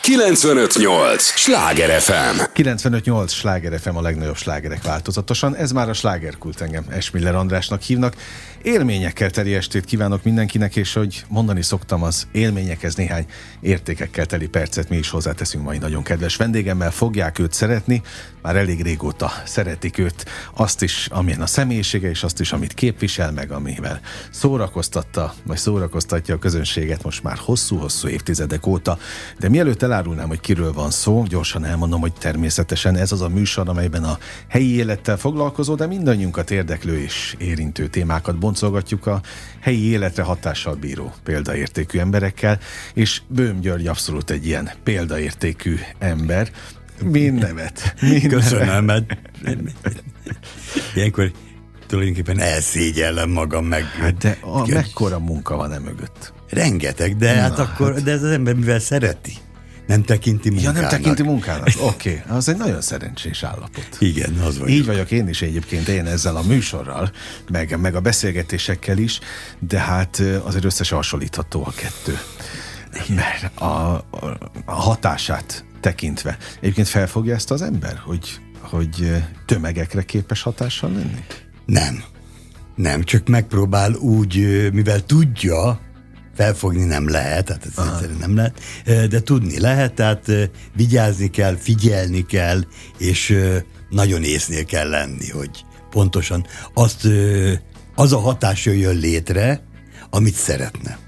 95.8 Sláger FM. 95.8 Sláger FM, a legnagyobb slágerek változatosan. Ez már a Slágerkult, engem Esmiller Andrásnak hívnak. Élményekkel teli estét kívánok mindenkinek, és hogy mondani szoktam, az élményekhez néhány értékekkel teli percet mi is hozzáteszünk mai nagyon kedves vendégemmel. Fogják őt szeretni, már elég régóta szeretik őt, azt is, amilyen a személyisége, és azt is, amit képvisel, meg amivel szórakoztatta, vagy szórakoztatja a közönséget most már hosszú-hosszú évtizedek óta. De mielőtt elárulnám, hogy kiről van szó, gyorsan elmondom, hogy természetesen ez az a műsor, amelyben a helyi élettel foglalkozó, de mindannyiunkat érdeklő és érintő témákat boncolgatjuk a helyi életre hatással bíró példaértékű emberekkel, és Böhm György abszolút egy ilyen példaértékű ember. Mind nevet. Köszönöm, mert ilyenkor tulajdonképpen elszégyellem magam meg. Hát de mekkora munka van mögött? Rengeteg, de de ez az ember mivel szereti, nem tekinti munkának. Ja, nem tekinti munkának. Oké, az egy nagyon szerencsés állapot. Igen, az vagyok. Így vagyok én is egyébként, én ezzel a műsorral, meg a beszélgetésekkel is, de hát azért összesen hasonlítható a kettő. Mert a hatását tekintve. Egyébként felfogja ezt az ember, hogy tömegekre képes hatással lenni? Nem, csak megpróbál úgy, mivel tudja, felfogni nem lehet, tehát ez egyszerűen nem lehet, de tudni lehet, tehát vigyázni kell, figyelni kell, és nagyon észnél kell lenni, hogy pontosan az a hatás jöjjön létre, amit szeretne.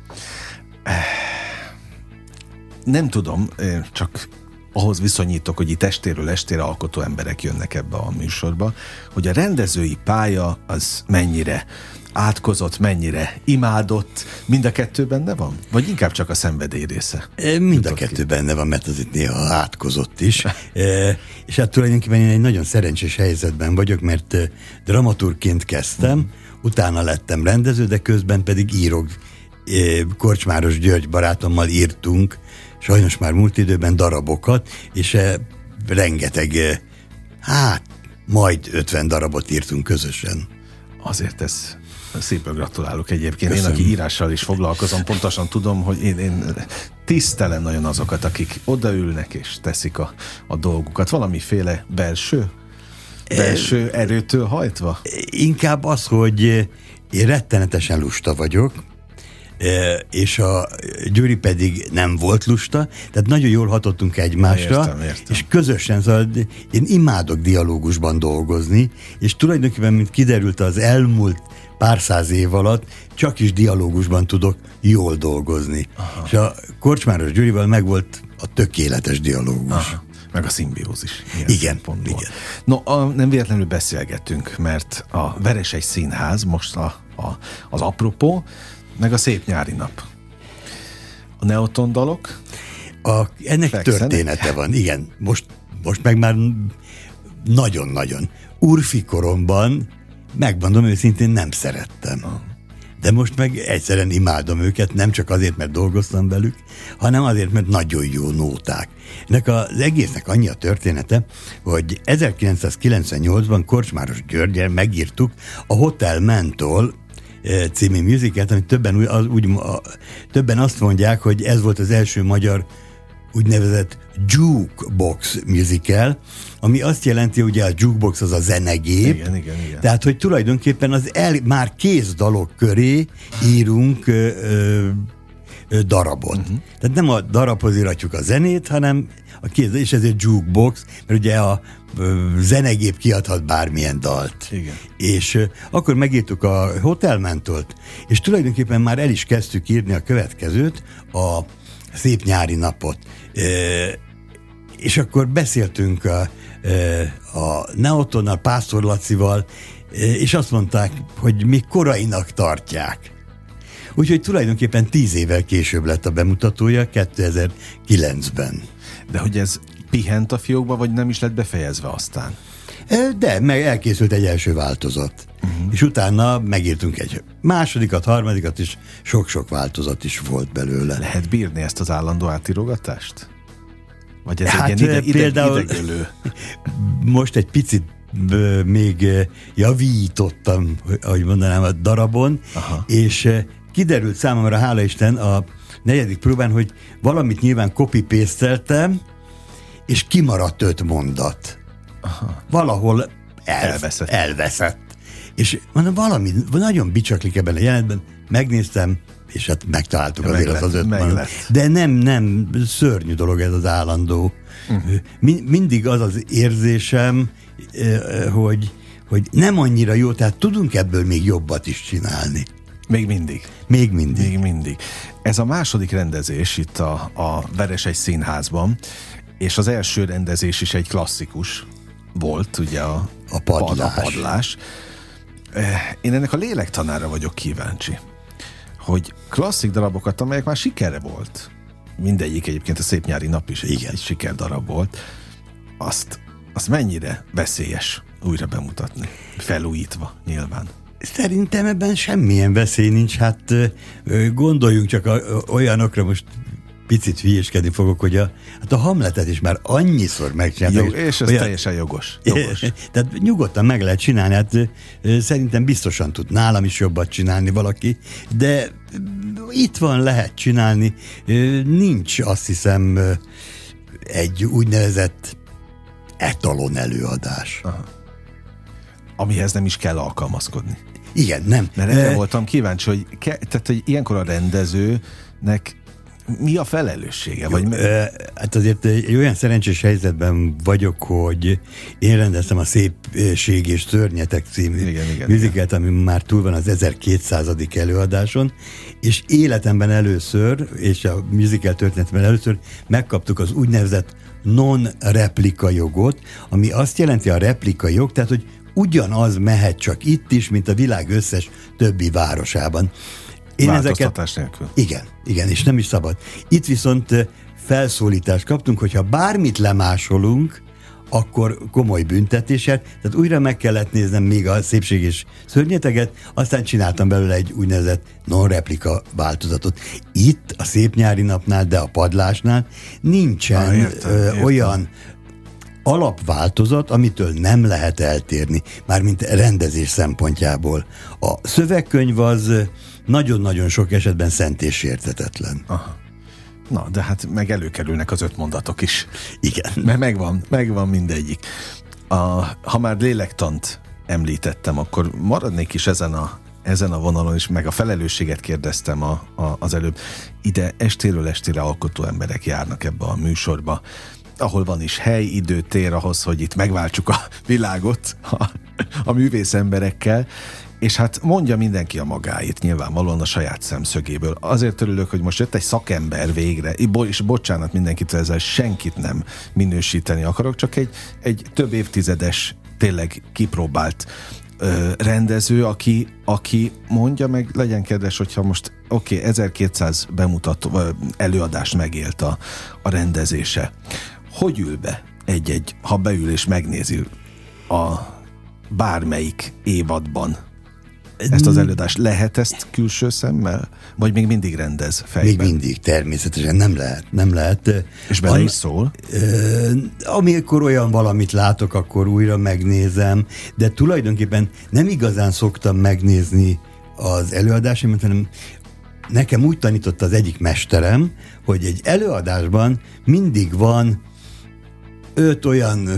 Nem tudom, csak ahhoz viszonyítok, hogy itt estéről estére alkotó emberek jönnek ebbe a műsorba, hogy a rendezői pálya az mennyire átkozott, mennyire imádott, mind a kettő benne van? Vagy inkább csak a szenvedély része? Mind a kettő benne van, mert az itt néha átkozott is. És hát tulajdonképpen én egy nagyon szerencsés helyzetben vagyok, mert dramaturgként kezdtem, utána lettem rendező, de közben pedig írok. Korcsmáros György barátommal írtunk, sajnos már múlt időben darabokat, és rengeteg, majd 50 darabot írtunk közösen. Azért ez szépen gratulálok egyébként. Köszönöm. Én, aki írással is foglalkozom, pontosan tudom, hogy én tisztelem nagyon azokat, akik odaülnek és teszik a dolgukat. Valamiféle belső erőtől hajtva? Inkább az, hogy én rettenetesen lusta vagyok, és a Gyuri pedig nem volt lusta, tehát nagyon jól hatottunk egymásra, Értem. és közösen, szóval én imádok dialógusban dolgozni, és tulajdonképpen, mint kiderült az elmúlt pár száz év alatt, csak is dialógusban tudok jól dolgozni. Aha. És a Korcsmáros Gyurival megvolt a tökéletes dialógus. Aha. Meg a szimbiózis. Igen. No, nem véletlenül beszélgetünk, mert a Veresegy Színház most az apropó, meg a Szép nyári nap. A Neoton dalok? Ennek fekszenek? Története van, igen. Most meg már nagyon-nagyon. Úrfi koromban, megmondom őszintén, nem szerettem. De most meg egyszerűen imádom őket, nem csak azért, mert dolgoztam velük, hanem azért, mert nagyon jó nóták. Ennek az egésznek annyi a története, hogy 1998-ban Korcsmáros Györggyel megírtuk a Hotel Mentol című musicalt, amit többen azt mondják, hogy ez volt az első magyar úgynevezett jukebox musical, ami azt jelenti, hogy a jukebox az a zenegép. Igen. Tehát, hogy tulajdonképpen már kész dalok köré írunk darabot. Tehát nem a darabhoz íratjuk a zenét, hanem a kész, és ezért jukebox, mert ugye a zenegép kiadhat bármilyen dalt. Igen. És akkor megírtuk a Hotel Mentolt, és tulajdonképpen már el is kezdtük írni a következőt, a Szép nyári napot. És akkor beszéltünk a Neotonnal, Pásztor Lacival, és azt mondták, hogy még korainak tartják. Úgyhogy tulajdonképpen 10 évvel később lett a bemutatója, 2009-ben. De hogy ez pihent a fiókba, vagy nem is lett befejezve aztán? De, meg elkészült egy első változat. És utána megírtunk egy másodikat, harmadikat, és sok-sok változat is volt belőle. Lehet bírni ezt az állandó átírogatást? Vagy ez Hát egy ilyen például idegölő? Most egy picit még javítottam, ahogy mondanám, a darabon, és kiderült számomra, hála Isten, negyedik próbán, hogy valamit nyilván copy-pasteltem, és kimaradt 5 mondat. Aha. Valahol elveszett. És mondom, valami nagyon bicsaklik ebben a jelenetben, megnéztem, és hát megtaláltuk azért az 5 mondat. De nem, szörnyű dolog ez az állandó. Mindig az érzésem, hogy nem annyira jó, tehát tudunk ebből még jobbat is csinálni. Még mindig. Még mindig. Ez a második rendezés itt a Veresegy Színházban, és az első rendezés is egy klasszikus volt, ugye a padlás. Én ennek a lélektanára vagyok kíváncsi, hogy klasszik darabokat, amelyek már sikerre volt, mindegyik egyébként a Szép nyári nap is egy sikerdarab volt, azt mennyire veszélyes újra bemutatni, felújítva nyilván. Szerintem ebben semmilyen veszély nincs, hát gondoljunk csak olyanokra, most picit hülyéskedni fogok, hogy a Hamletet is már annyiszor megcsinálták. És ez teljesen jogos. Tehát nyugodtan meg lehet csinálni, hát szerintem biztosan tud nálam is jobbat csinálni valaki, de itt van, lehet csinálni, nincs azt hiszem egy úgynevezett etalon előadás. Aha. Amihez nem is kell alkalmazkodni. Igen, nem. Mert erre voltam kíváncsi, hogy ilyenkor a rendezőnek mi a felelőssége? Hát azért egy olyan szerencsés helyzetben vagyok, hogy én rendeztem a Szépség és Szörnyetek című musicalt, ami már túl van az 1200. előadáson, és életemben először, és a musical történetben először megkaptuk az úgynevezett non-replika jogot, ami azt jelenti a replika jog, tehát hogy ugyanaz mehet csak itt is, mint a világ összes többi városában. Változtatás nélkül. Igen, és nem is szabad. Itt viszont felszólítást kaptunk, hogyha bármit lemásolunk, akkor komoly büntetéssel, tehát újra meg kellett néznem még a Szépség és Szörnyeteget, aztán csináltam belőle egy úgynevezett non-replika változatot. Itt a Szép nyári napnál, de a Padlásnál nincsen értem. Olyan alapváltozat, amitől nem lehet eltérni, mármint rendezés szempontjából. A szövegkönyv az nagyon-nagyon sok esetben szent és sérthetetlen. Aha. Na, de hát meg előkerülnek az 5 mondatok is. Igen. Mert megvan mindegyik. Ha már lélektant említettem, akkor maradnék is ezen a vonalon is, meg a felelősséget kérdeztem az előbb. Ide estéről estére alkotó emberek járnak ebbe a műsorba, ahol van is hely, idő, tér ahhoz, hogy itt megváltsuk a világot a művész emberekkel, és hát mondja mindenki a magáit, nyilvánvalóan a saját szemszögéből. Azért örülök, hogy most jött egy szakember végre, és bocsánat mindenkitől, ezzel senkit nem minősíteni akarok, csak egy több évtizedes, tényleg kipróbált rendező, aki mondja meg, legyen kedves, hogyha most 1200 bemutató előadást megélt a rendezése. Hogy ül be ha beül és megnézi a bármelyik évadban ezt az előadást? Lehet ezt külső szemmel? Vagy még mindig rendez fejben? Még mindig, természetesen nem lehet. És bele is szól? Amikor olyan valamit látok, akkor újra megnézem, de tulajdonképpen nem igazán szoktam megnézni az előadásomat, hanem nekem úgy tanította az egyik mesterem, hogy egy előadásban mindig van 5 olyan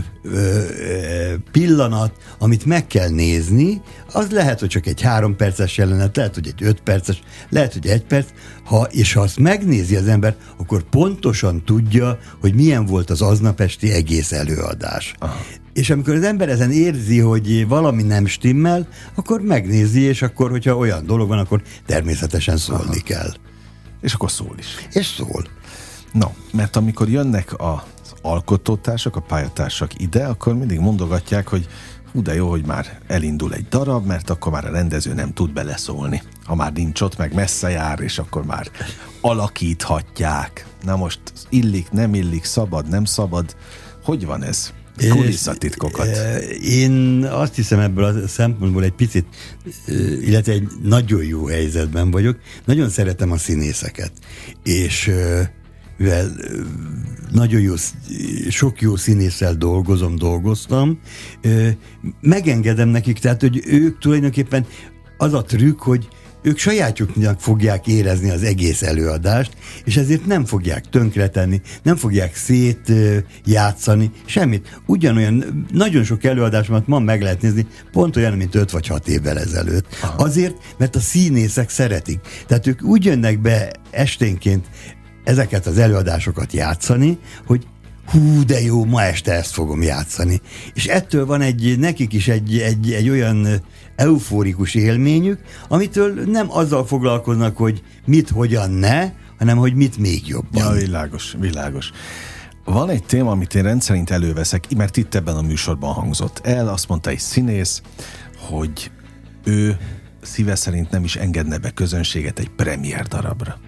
pillanat, amit meg kell nézni, az lehet, hogy csak egy 3 perces jelenet, lehet, hogy egy 5 perces, lehet, hogy 1 perc, ha azt megnézi az ember, akkor pontosan tudja, hogy milyen volt az aznap esti egész előadás. Aha. És amikor az ember ezen érzi, hogy valami nem stimmel, akkor megnézi, és akkor, hogyha olyan dolog van, akkor természetesen szólni kell. És akkor szól is. És szól. No, mert amikor jönnek az alkotótársak, a pályatársak ide, akkor mindig mondogatják, hogy hú, de jó, hogy már elindul egy darab, mert akkor már a rendező nem tud beleszólni. Ha már nincs ott, meg messze jár, és akkor már alakíthatják. Na most illik, nem illik, szabad, nem szabad. Hogy van ez? Kulisszatitkokat. Én azt hiszem, ebből a szempontból egy picit, illetve egy nagyon jó helyzetben vagyok. Nagyon szeretem a színészeket. És mivel nagyon jó, sok jó színésszel dolgoztam, megengedem nekik, tehát, hogy ők tulajdonképpen az a trükk, hogy ők sajátjuknak fogják érezni az egész előadást, és ezért nem fogják tönkretenni, nem fogják szétjátszani, semmit. Ugyanolyan, nagyon sok előadásomat ma meg lehet nézni, pont olyan, mint 5 vagy 6 évvel ezelőtt. Aha. Azért, mert a színészek szeretik. Tehát ők úgy jönnek be esténként ezeket az előadásokat játszani, hogy hú, de jó, ma este ezt fogom játszani. És ettől van nekik is egy olyan eufórikus élményük, amitől nem azzal foglalkoznak, hogy mit, hogyan ne, hanem hogy mit még jobban. Ja, világos. Van egy téma, amit én rendszerint előveszek, mert itt ebben a műsorban hangzott el. Azt mondta egy színész, hogy ő szíve szerint nem is engedne be közönséget egy premier darabra.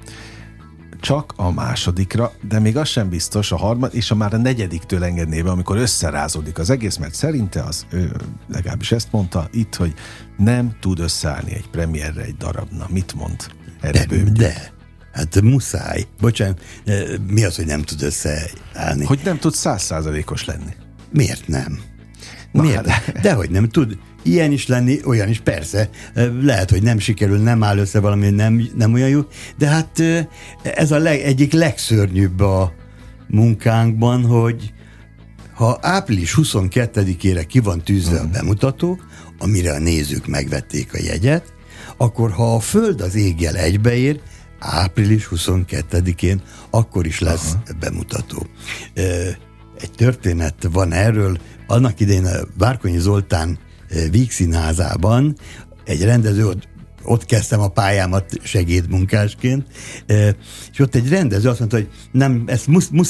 Csak a másodikra, de még az sem biztos, a harmad, és már a negyediktől engedné be, amikor összerázódik az egész, mert szerinte az, ő legalábbis ezt mondta itt, hogy nem tud összeállni egy premierre egy darab. Na, mit mond erre Böhm György? Hát muszáj. Bocsánat, mi az, hogy nem tud összeállni? Hogy nem tud 100%-os lenni. Miért nem? Miért? Dehogy nem tud. Ilyen is lenni, olyan is, persze. Lehet, hogy nem sikerül, nem áll össze valami, nem olyan jó, de hát ez egyik legszörnyűbb a munkánkban, hogy ha április 22-ére ki van tűzve a bemutató, amire a nézők megvették a jegyet, akkor ha a föld az éggel egybeér, április 22-én akkor is lesz bemutató. Egy történet van erről, annak idején a Várkonyi Zoltán Vígszínházában egy rendező, ott kezdtem a pályámat segédmunkásként, és ott egy rendező azt mondta, hogy nem, ezt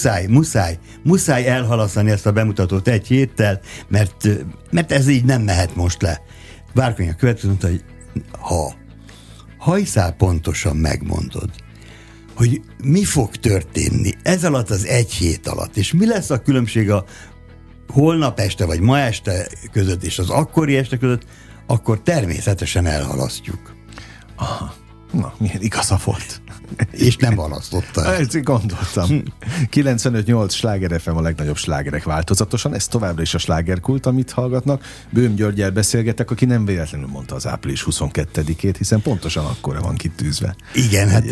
muszáj elhalasztani ezt a bemutatót egy héttel, mert ez így nem mehet most le. Várkonyi a következő mondta, hogy ha hajszál pontosan megmondod, hogy mi fog történni ez alatt az egy hét alatt, és mi lesz a különbség a holnap este vagy ma este között és az akkori este között, akkor természetesen elhalasztjuk. Aha. Na, milyen igaza volt. És nem halasztotta. Ezt gondoltam. 95-8 Sláger FM a legnagyobb slágerek változatosan. Ez továbbra is a slágerkult, amit hallgatnak. Böhm Györggyel beszélgetek, aki nem véletlenül mondta az április 22-ét, hiszen pontosan akkora van kitűzve. Igen, hát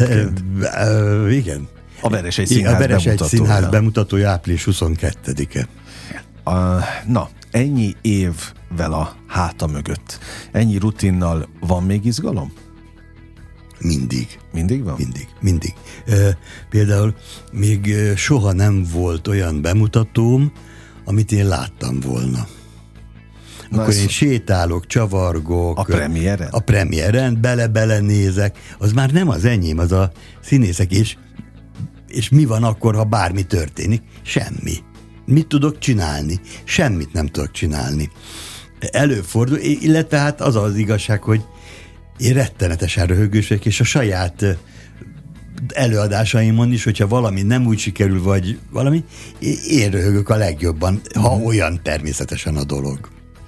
igen. A Veresegy Színház bemutatója április 22-e. Na, ennyi évvel a háta mögött, ennyi rutinnal van még izgalom? Mindig. Mindig van? Mindig. Például még soha nem volt olyan bemutatóm, amit én láttam volna. Akkor én sétálok, csavargok. A premiéren? A premiéren, bele nézek. Az már nem az enyém, az a színészek. És mi van akkor, ha bármi történik? Semmi. Mit tudok csinálni? Semmit nem tudok csinálni. Előfordul, illetve hát az az igazság, hogy én rettenetesen röhögős vagyok, és a saját előadásaimon is, hogyha valami nem úgy sikerül, vagy valami, én röhögök a legjobban, ha olyan természetesen a dolog.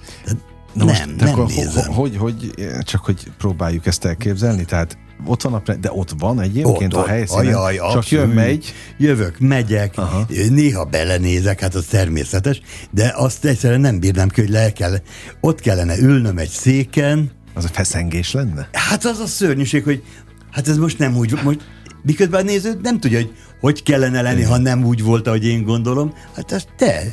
Nem nézem. Hogy próbáljuk ezt elképzelni, tehát ott van de ott van egyébként a helyszínen, csak megy. Jövök, megyek, néha belenézek, hát az természetes, de azt egyszerűen nem bírnám ki, hogy ott kellene ülnöm egy széken. Az a feszengés lenne? Hát az a szörnyűség, hogy hát ez most nem úgy, miközben a néző nem tudja, hogy kellene lenni, ha nem úgy volt, ahogy én gondolom. Hát ez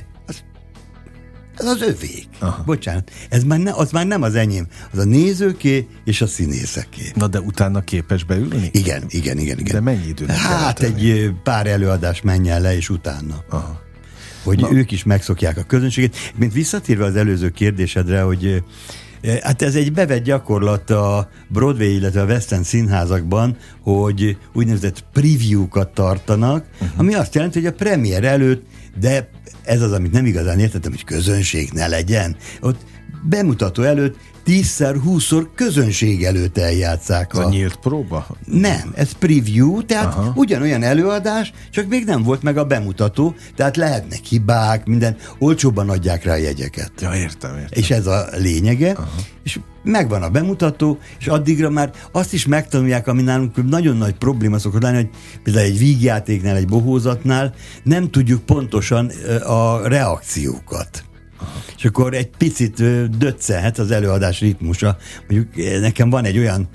az övék. Aha. Bocsánat. Az már nem az enyém. Az a nézőké és a színészeké. Na de utána képes beülni? Igen. De mennyi időnek Hát egy pár előadás menjen le, és utána. Aha. Hogy ők is megszokják a közönséget. Mint visszatérve az előző kérdésedre, hogy hát ez egy bevett gyakorlat a Broadway, illetve a West End színházakban, hogy úgynevezett preview-kat tartanak, ami azt jelenti, hogy a premier előtt, de ez az, amit nem igazán értettem, hogy közönség ne legyen. Ott bemutató előtt 10-20-szor közönség előtt eljátszák. Ez a nyílt próba? Nem, ez preview, tehát ugyanolyan előadás, csak még nem volt meg a bemutató, tehát lehetnek hibák, minden, olcsóbban adják rá a jegyeket. Ja, értem. És ez a lényege, és megvan a bemutató, és addigra már azt is megtanulják, ami nálunk nagyon nagy probléma szokott lenni, hogy például egy vígjátéknál, egy bohózatnál nem tudjuk pontosan a reakciókat. És akkor egy picit döccenhet az előadás ritmusa. Mondjuk nekem van egy olyan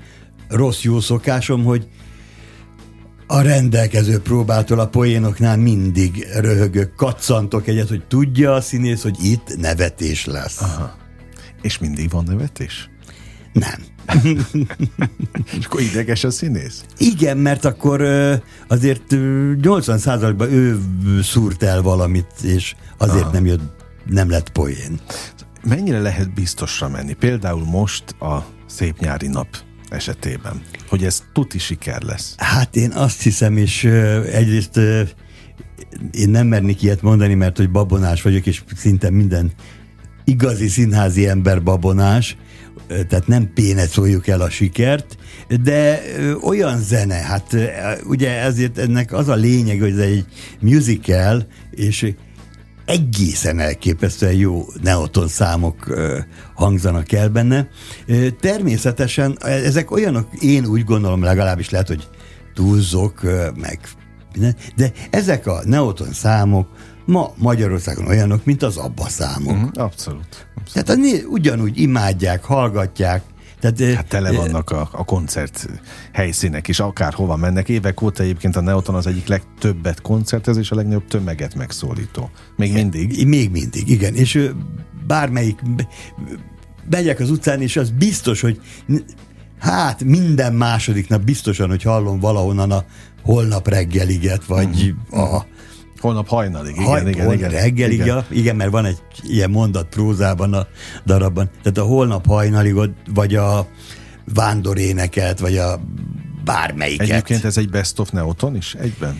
rossz jó szokásom, hogy a rendelkező próbától a poénoknál mindig röhögök, kaccantok egyet, hogy tudja a színész, hogy itt nevetés lesz. Aha. És mindig van nevetés? Nem. És akkor ideges a színész? Igen, mert akkor azért 80%-ban ő szúrt el valamit, és azért nem lett poén. Mennyire lehet biztosra menni? Például most a Szép nyári nap esetében, hogy ez tuti siker lesz. Hát én azt hiszem, és egyrészt én nem mernék ilyet mondani, mert hogy babonás vagyok, és szinte minden igazi színházi ember babonás, tehát nem pénecoljuk el a sikert, de olyan zene, hát ugye ezért ennek az a lényeg, hogy ez egy musical, és egészen elképesztően jó neoton számok hangzanak el benne. Természetesen ezek olyanok, én úgy gondolom, legalábbis lehet, hogy túlzok, meg de ezek a neoton számok ma Magyarországon olyanok, mint az ABBA számok. Abszolút. Tehát ugyanúgy imádják, hallgatják. Tehát, hát tele vannak a koncert helyszínek is, akárhova mennek. Évek óta egyébként a Neoton az egyik legtöbbet koncertez, és a legnagyobb tömeget megszólító. Még mindig? Még mindig, igen. És bármelyik megyek az utcán, és az biztos, hogy hát minden második nap biztosan, hogy hallom valahonnan a Holnap reggeliget, vagy a Holnap hajnalig, igen. Reggelig, igen, mert van egy ilyen mondat prózában a darabban. Tehát a Holnap hajnaligot, vagy a Vándoréneket, vagy a bármelyiket. Egyébként ez egy Best of Neoton is egyben?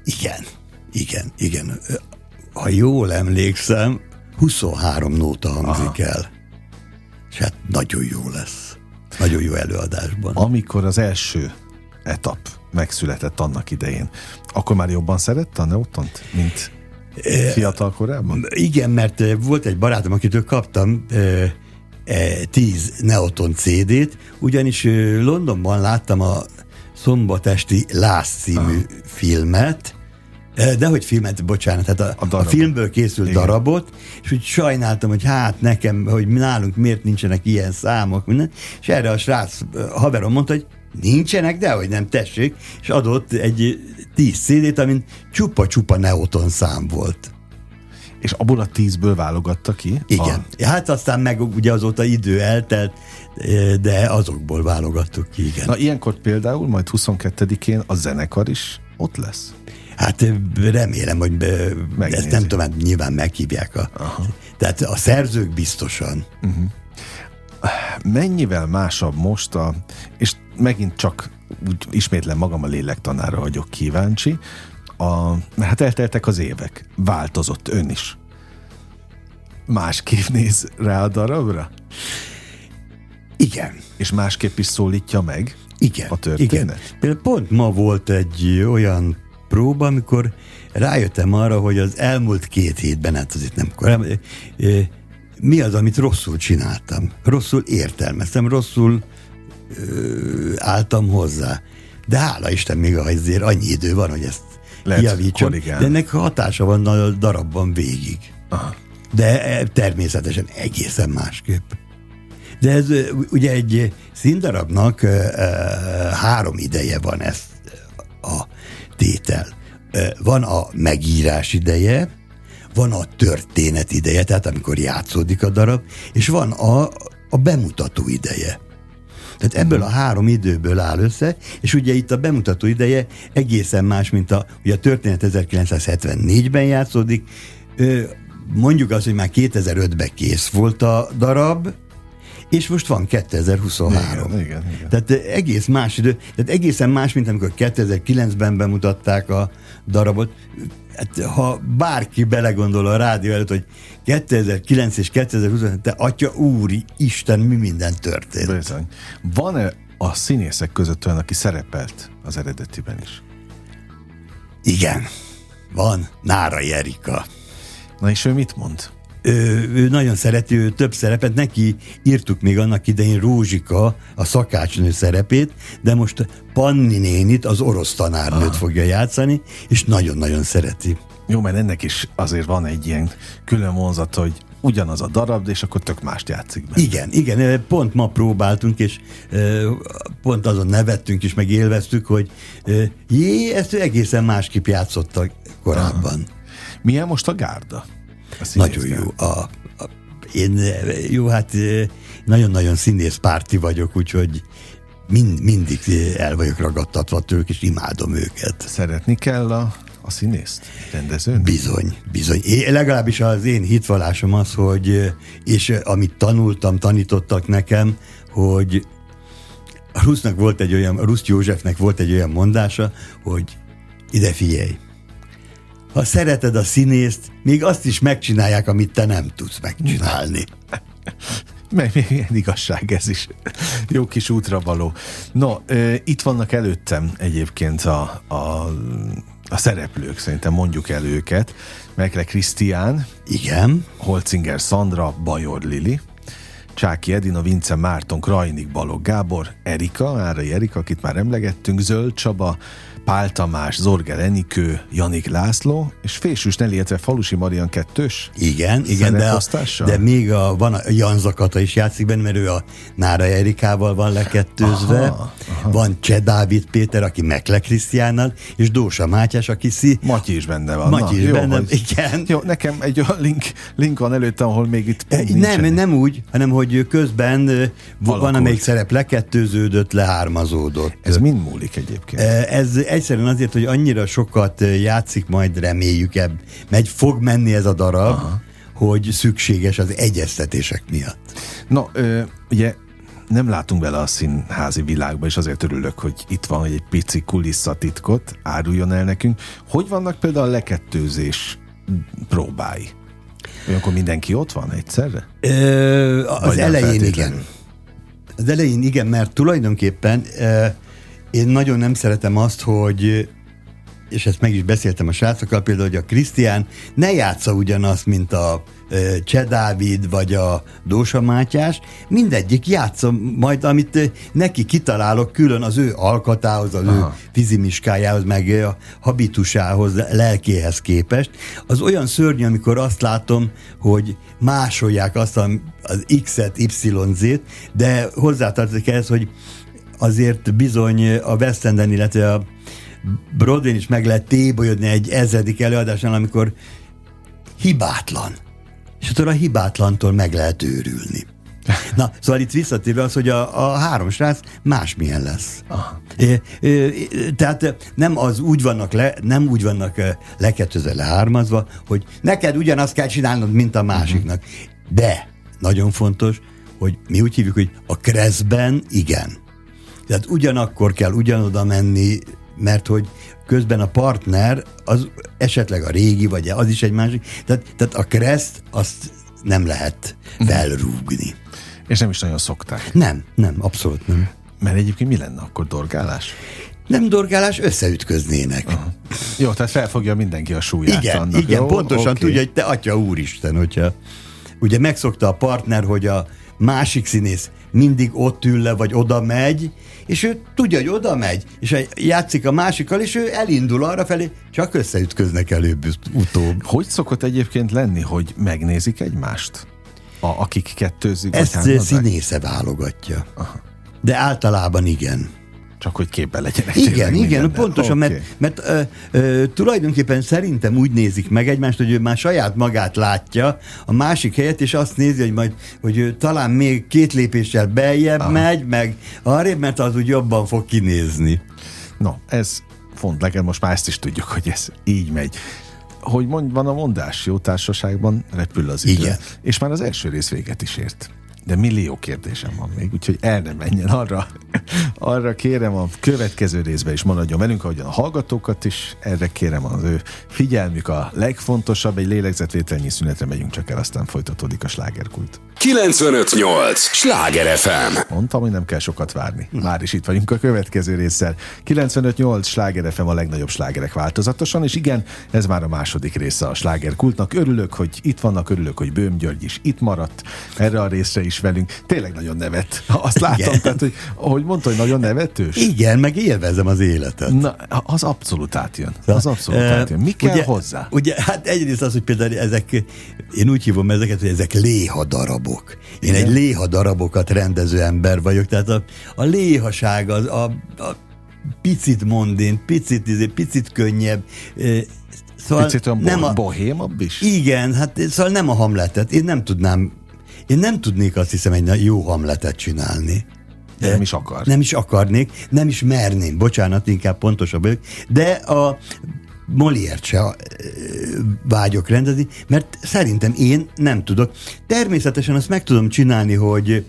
Igen. Ha jól emlékszem, 23 nóta hangzik el. És hát nagyon jó lesz. Nagyon jó előadásban. Amikor az első etap megszületett annak idején, akkor már jobban szerette a Neotont, mint fiatal korában? Igen, mert volt egy barátom, akitől kaptam 10 Neoton CD-t, ugyanis Londonban láttam a Szombatesti Lász című filmet, dehogy filmet, bocsánat, tehát a filmből készült darabot, és úgy sajnáltam, hogy hát nekem, hogy nálunk miért nincsenek ilyen számok, minden, és erre a srác haverom mondta, hogy nincsenek, de hogy nem, tessék, és adott egy 10 CD-t, amin csupa-csupa Neoton szám volt. És abból a 10-ből válogatta ki? Igen. Hát aztán meg ugye azóta idő eltelt, de azokból válogattuk ki, igen. Na ilyenkor például majd 22-én a zenekar is ott lesz? Hát remélem, hogy ezt nem tudom, nyilván meghívják. Tehát a szerzők biztosan. Mennyivel másabb most és megint csak úgy ismétlen magam a lélektanára vagyok kíváncsi, mert hát elteltek az évek, változott ön is. Másképp néz rá a darabra? Igen. És másképp is szólítja meg a történet? Igen. Például pont ma volt egy olyan próba, amikor rájöttem arra, hogy az elmúlt 2 hétben, hát azért nem korábban, mi az, amit rosszul csináltam. Rosszul értelmeztem, rosszul álltam hozzá. De hála Isten, még azért annyi idő van, hogy ezt javítsam. De ennek hatása van a darabban végig. Aha. De természetesen egészen másképp. De ez ugye egy színdarabnak 3 ideje van, ez a tétel. Van a megírás ideje, van a történet ideje, tehát amikor játszódik a darab, és van a bemutató ideje. Tehát ebből a 3 időből áll össze, és ugye itt a bemutató ideje egészen más, mint ugye a történet 1974-ben játszódik, mondjuk azt, hogy már 2005-ben kész volt a darab, és most van 2023. Igen. Tehát egész más idő, tehát egészen más, mint amikor 2009-ben bemutatták a darabot. Hát, ha bárki belegondol a rádió előtt, hogy 2009 és 2020, te atya úri Isten, mi minden történt. Bizony. Van-e a színészek között olyan, aki szerepelt az eredetiben is? Igen, van. Nárai Erika. Na és ő mit mond? Ő nagyon szereti, ő több szerepet, neki írtuk még annak idején Rózsika, a szakácsnő szerepét, de most Panni nénit, az orosz tanárnőt fogja játszani, és nagyon-nagyon szereti. Jó, mert ennek is azért van egy ilyen külön vonzat, hogy ugyanaz a darab, és akkor tök mást játszik benne. Igen, pont ma próbáltunk, és pont azon nevettünk is, meg élveztük, hogy ezt egészen másképp játszottak korábban. Milyen most a gárda? Nagyon jó. Hát nagyon-nagyon színészpárti vagyok, úgyhogy mindig el vagyok ragadtatva tőlük, és imádom őket. Szeretni kell a színészt, rendezőn? Bizony. Legalábbis az én hitvallásom az, hogy, és amit tanítottak nekem, hogy a Ruszt Józsefnek volt egy olyan mondása, hogy ide figyelj, ha szereted a színészt, még azt is megcsinálják, amit te nem tudsz megcsinálni. Meg milyen igazság ez is. Jó kis útra való. No, itt vannak előttem egyébként a szereplők, szerintem mondjuk el őket. Mekle Krisztián. Igen. Holcinger Szandra, Bajor Lili, Csáki Edina, Vince Márton, Krajnik Balogh Gábor, Erika, Árai Erika, akit már emlegettünk, Zöld Csaba, Pál Tamás, Zorger Enikő, Janik László, és Fésűs Neli, illetve Falusi Marian kettős. Igen, de még van a Janza Kata is játszik benne, mert ő a Nára Erikával van lekettőzve. Aha. Van Cseh Dávid Péter, aki Mekle Krisztiánnal, és Dósa Mátyás, aki Matyi is benne van. Igen. Jó, nekem egy olyan link van előttem, ahol még itt pont nem úgy, hanem hogy közben van, amelyik szerep lekettőződött, lehármazódott. Ez mind múlik egyébként? Ez egyszerűen azért, hogy annyira sokat játszik, majd reméljük fog menni ez a darab, hogy szükséges az egyeztetések miatt. No, ugye nem látunk bele a színházi világba, és azért örülök, hogy itt van, hogy egy pici kulisszatitkot áruljon el nekünk. Hogy vannak például a lekettőzés próbái? Olyankor mindenki ott van egyszerre? Az elején igen. Az elején igen, mert tulajdonképpen én nagyon nem szeretem azt, hogy, és ezt meg is beszéltem a srácokkal, például, hogy a Krisztián ne játsza ugyanazt, mint a Cseh Dávid, vagy a Dósa Mátyás, mindegyik játsza majd, amit neki kitalálok külön az ő alkatához, az ő fizimiskájához, meg a habitusához, lelkéhez képest. Az olyan szörnyű, amikor azt látom, hogy másolják azt az X-et, Y-Z-t, de hozzátartozik ehhez, hogy azért bizony a West Enden, illetve a Broadway-n is meg lehet tébolyodni egy 1000. előadásnál, amikor hibátlan. És akkor a hibátlantól meg lehet őrülni. Na, szóval itt visszatérve az, hogy a három srác másmilyen lesz. Tehát nem úgy vannak lekettőzve, lehármazva, hogy neked ugyanazt kell csinálnod, mint a másiknak. De nagyon fontos, hogy mi úgy hívjuk, hogy a kreszben igen. Tehát ugyanakkor kell ugyanoda menni, mert hogy közben a partner az esetleg a régi, vagy az is egy másik. Tehát a kreszt azt nem lehet felrúgni. És nem is nagyon szokták. Nem, abszolút nem. Mert egyébként mi lenne akkor, dorgálás? Nem dorgálás, összeütköznének. Aha. Jó, tehát felfogja mindenki a súlyát. Igen, jó? Pontosan tudja, hogy te atya úristen, hogyha ugye megszokta a partner, hogy a másik színész mindig ott ül le, vagy oda megy, és ő tudja, hogy oda megy, és játszik a másikkal, és ő elindul arra felé, csak összeütköznek előbb-utóbb. Hogy szokott egyébként lenni, hogy megnézik egymást? Akik kettőzik? Ezt színésze válogatja. Aha. De általában igen. Csak hogy képben legyenek. Igen, pontosan, okay. mert tulajdonképpen szerintem úgy nézik meg egymást, hogy ő már saját magát látja a másik helyet, és azt nézi, hogy ő talán még 2 lépéssel beljebb megy, meg arrébb, mert az úgy jobban fog kinézni. No, ez fontos, most már ezt is tudjuk, hogy ez így megy. Hogy van a mondás, jó társaságban repül az idő. Igen. És már az első rész véget is ért. De millió kérdésem van még, úgyhogy el nem menjen arra kérem a következő részben is maradjon velünk, ahogyan a hallgatókat is, erre kérem az ő figyelmük a legfontosabb, egy lélegzetvételnyi szünetre megyünk csak el, aztán folytatódik a slágerkult. 95.8 Sláger FM. Mondtam, hogy nem kell sokat várni. Már is itt vagyunk a következő résszel. 95.8 Sláger FM, a legnagyobb slágerek változatosan, és igen, ez már a második része a slágerkultnak. Örülök, hogy itt vannak, örülök, hogy Böhm György is itt maradt. Erre a részre is is velünk. Tényleg nagyon nevet. Azt látom, tehát, hogy ahogy mondta, hogy nagyon nevetős. Igen, meg élvezem az életet. Na, az abszolút átjön. Az abszolút átjön. Mi kell ugye, hozzá? Ugye, hát egyrészt az, hogy például ezek, én úgy hívom ezeket, hogy ezek léhadarabok. Én egy léhadarabokat rendező ember vagyok, tehát a léhaság, a picit mondén, picit könnyebb, szóval picit olyan bohémabb is? Igen, hát szóval nem a Hamletet. Én nem tudnék, azt hiszem, egy jó Hamletet csinálni. Nem is akar. Nem is akarnék, nem is merném, bocsánat, inkább pontosabb vagyok, de a Molière-t se vágyok rendezni, mert szerintem én nem tudok. Természetesen azt meg tudom csinálni, hogy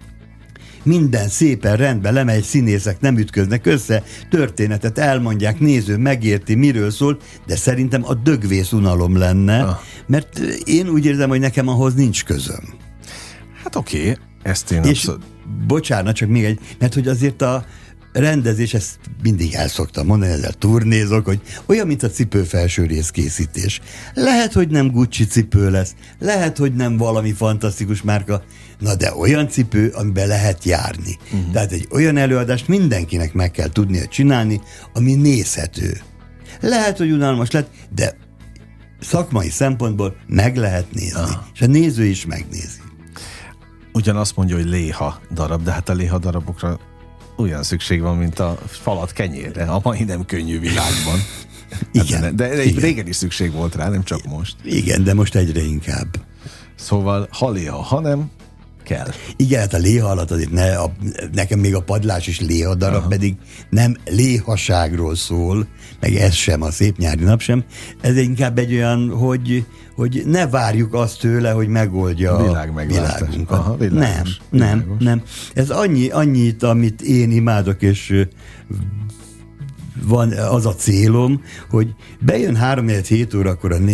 minden szépen rendben lemegy, színészek nem ütköznek össze, történetet elmondják, néző megérti, miről szól, de szerintem a dögvész unalom lenne, mert én úgy érzem, hogy nekem ahhoz nincs közöm. Hát oké, ezt én és bocsánat, csak még egy, mert hogy azért a rendezés, ezt mindig el szoktam mondani, ezzel turnézok, hogy olyan, mint a cipőfelső részkészítés. Lehet, hogy nem Gucci cipő lesz, lehet, hogy nem valami fantasztikus márka, na de olyan cipő, amiben lehet járni. Tehát egy olyan előadást mindenkinek meg kell tudnia csinálni, ami nézhető. Lehet, hogy unalmas lett, de szakmai szempontból meg lehet nézni. És a néző is megnézi. Ugyanazt mondja, hogy léha darab, de hát a léha darabokra olyan szükség van, mint a falat kenyérre, a mai nem könnyű világban. Igen. De régen is szükség volt rá, nem csak most. Igen, de most egyre inkább. Szóval ha léha, ha nem, kell. Igen, hát a léha alatt azért nekem még a padlás is léha darab, pedig nem léhaságról szól, meg ez sem, a szép nyári nap sem. Ez inkább egy olyan, hogy ne várjuk azt tőle, hogy megoldja a világunkat. Nem. Ez annyit, amit én imádok, és van az a célom, hogy bejön 3-7 órakor a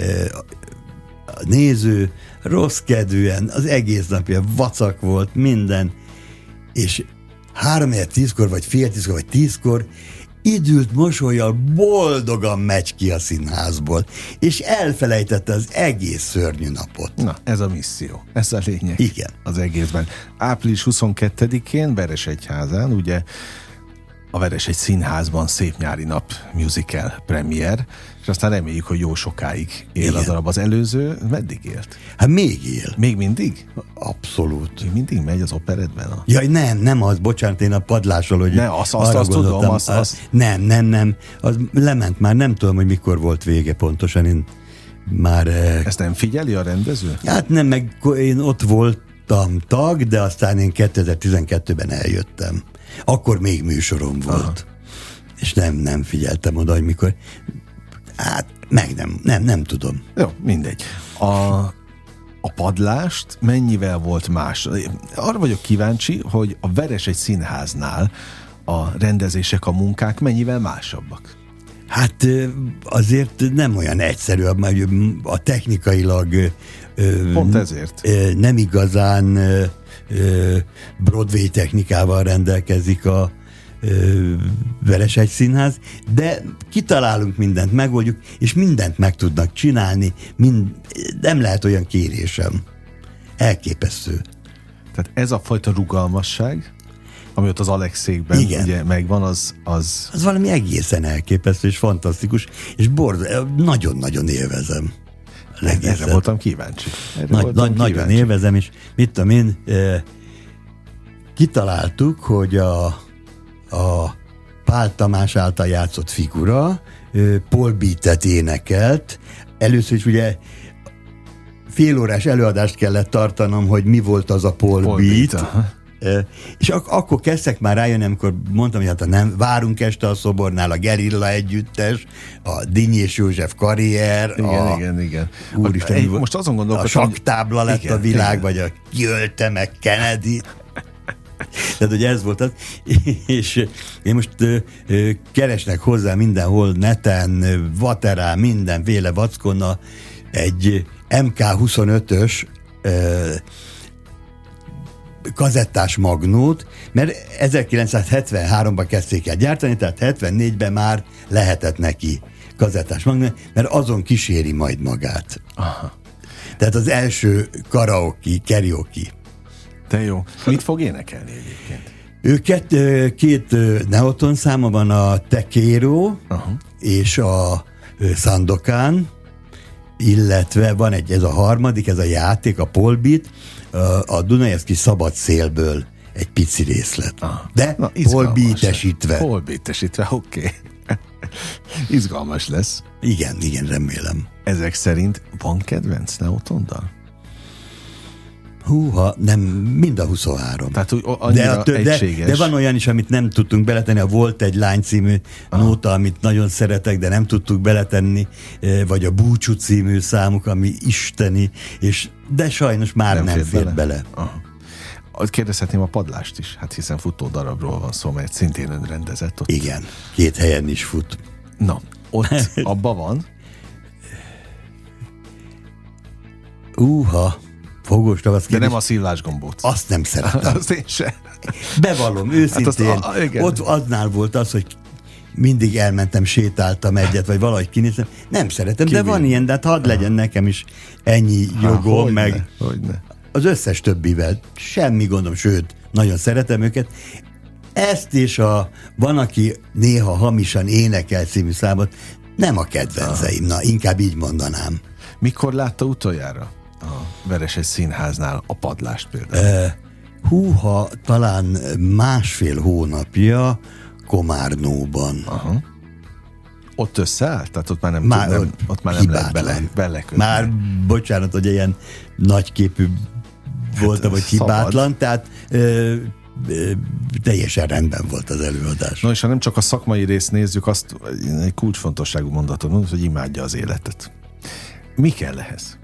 néző, rossz kedvűen, az egész napja vacak volt, minden, és 3-10-kor, vagy fél 10-kor, vagy 10-kor idült mosollyal boldogan megy ki a színházból, és elfelejtette az egész szörnyű napot. Na, ez a misszió, ez a lényeg. Igen. Az egészben. Április 22-én Veresegyházán, ugye a Veresegy Színházban Szép nyári nap musical premier, és aztán reméljük, hogy jó sokáig él. Igen. A darab. Az előző meddig élt? Hát még él. Még mindig? Abszolút. Még mindig megy az operetben? Jaj, nem az, bocsánat, én a padlásról, hogy ne, azt tudom, Nem, az lement már, nem tudom, hogy mikor volt vége pontosan, én már... Ezt nem figyeli a rendező? Hát nem, meg én ott voltam tag, de aztán én 2012-ben eljöttem. Akkor még műsorom volt. És nem figyeltem oda, hogy mikor... Hát, nem tudom. Jó, mindegy. A padlást mennyivel volt más? Arra vagyok kíváncsi, hogy a Veresegy Színháznál a rendezések, a munkák mennyivel másabbak? Hát azért nem olyan egyszerű, a technikailag pont ezért nem igazán Broadway technikával rendelkezik a Veresegy Színház, de kitalálunk mindent, megoldjuk, és mindent meg tudnak csinálni, nem lehet olyan kérésem. Elképesztő. Tehát ez a fajta rugalmasság, ami ott az Alexékben ugye megvan, az valami egészen elképesztő és fantasztikus, és nagyon-nagyon élvezem. Erre voltam kíváncsi. Nagyon élvezem, és mit tudom én, kitaláltuk, hogy a Pál Tamás által játszott figura Paul Beat-et énekelt. Először is ugye félórás előadást kellett tartanom, hogy mi volt az a Paul Beat. És akkor kezdtek már rájönni, amikor mondtam, hogy hát nem, várunk este a Szobornál a Gerilla együttes, a Dinny és József karrier, igen. Úristen, most azon gondolkodtam, a saktábla lett a világ, vagy a kiölte meg Kennedy. Tehát, hogy ez volt az, és én most keresnek hozzá mindenhol neten, Vaterán, mindenféle vackonna egy MK25-ös kazettás magnót, mert 1973-ban kezdték el gyártani, tehát 74-ben már lehetett neki kazettás magnót, mert azon kíséri majd magát. Aha. Tehát az első karaoke. De jó. Mit fog énekelni egyébként? Ő két Neoton száma van, a Tequero és a Sandokan, illetve van ez a harmadik, ez a játék, a Polbit, a Dunajevszki Szabad Szélből egy pici részlet. De polbítesítve. Polbítesítve, oké. Izgalmas lesz. Igen, remélem. Ezek szerint van kedvenc Neotondal? Húha, nem, mind a 23. Tehát annyira egységes. De van olyan is, amit nem tudtunk beletenni. Volt egy Lány című nóta, amit nagyon szeretek, de nem tudtuk beletenni, vagy a Búcsú című számuk, ami isteni, de sajnos már nem fér bele. Kérdezhetném a Padlást is, hát hiszen futó darabról van szó, mert szintén ön rendezett ott. Igen, 2 helyen is fut. Na, ott abban van? Fogós tavasz. De nem a szívásgombóc. Azt nem szeretem. Azt én sem. Bevallom, őszintén. Hát ott aznál volt az, hogy mindig elmentem, sétáltam egyet, vagy valahogy kinéztem. Nem szeretem, de van ilyen, de hát hadd legyen nekem is ennyi jogom, meg az összes többivel. Semmi gondom, sőt, nagyon szeretem őket. Ezt és van, aki néha hamisan énekel című számot, nem a kedvenceim, inkább így mondanám. Mikor látta utoljára a Vereses Színháznál a Padlást például? Talán 1,5 hónapja Komárnóban. Ott összeállt? Tehát ott már nem lehet belekötni. Már, bocsánat, hogy ilyen nagyképű voltam, vagy hibátlan, tehát teljesen rendben volt az előadás. No, és ha nem csak a szakmai részt nézzük, azt egy kulcsfontosságú mondatot mondod, hogy imádja az életet. Mi kell ehhez?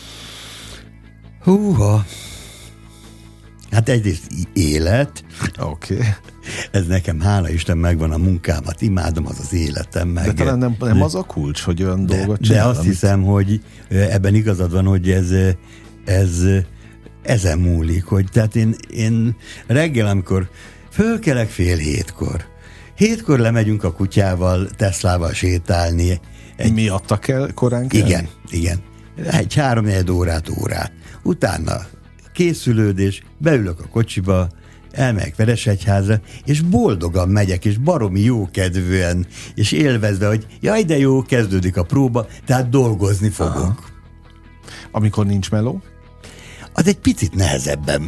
Hát egyrészt élet. Oké. Ez nekem, hála Isten, megvan a munkámat, imádom az életem. De talán nem az a kulcs, hogy olyan dolgot csinál. De azt hiszem, hogy ebben igazad van, hogy ez ezen múlik, hogy tehát én reggel, amikor fölkelek 6:30, 7-kor lemegyünk a kutyával, Teslával sétálni. Miatta kell korán kelni? Igen. Egy 3-4 órát. Utána készülődés, beülök a kocsiba, elmegyek Veresegyházra, és boldogan megyek, és baromi jókedvűen, és élvezve, hogy jaj, de jó, kezdődik a próba, tehát dolgozni fogok. Amikor nincs meló? Az egy picit nehezebben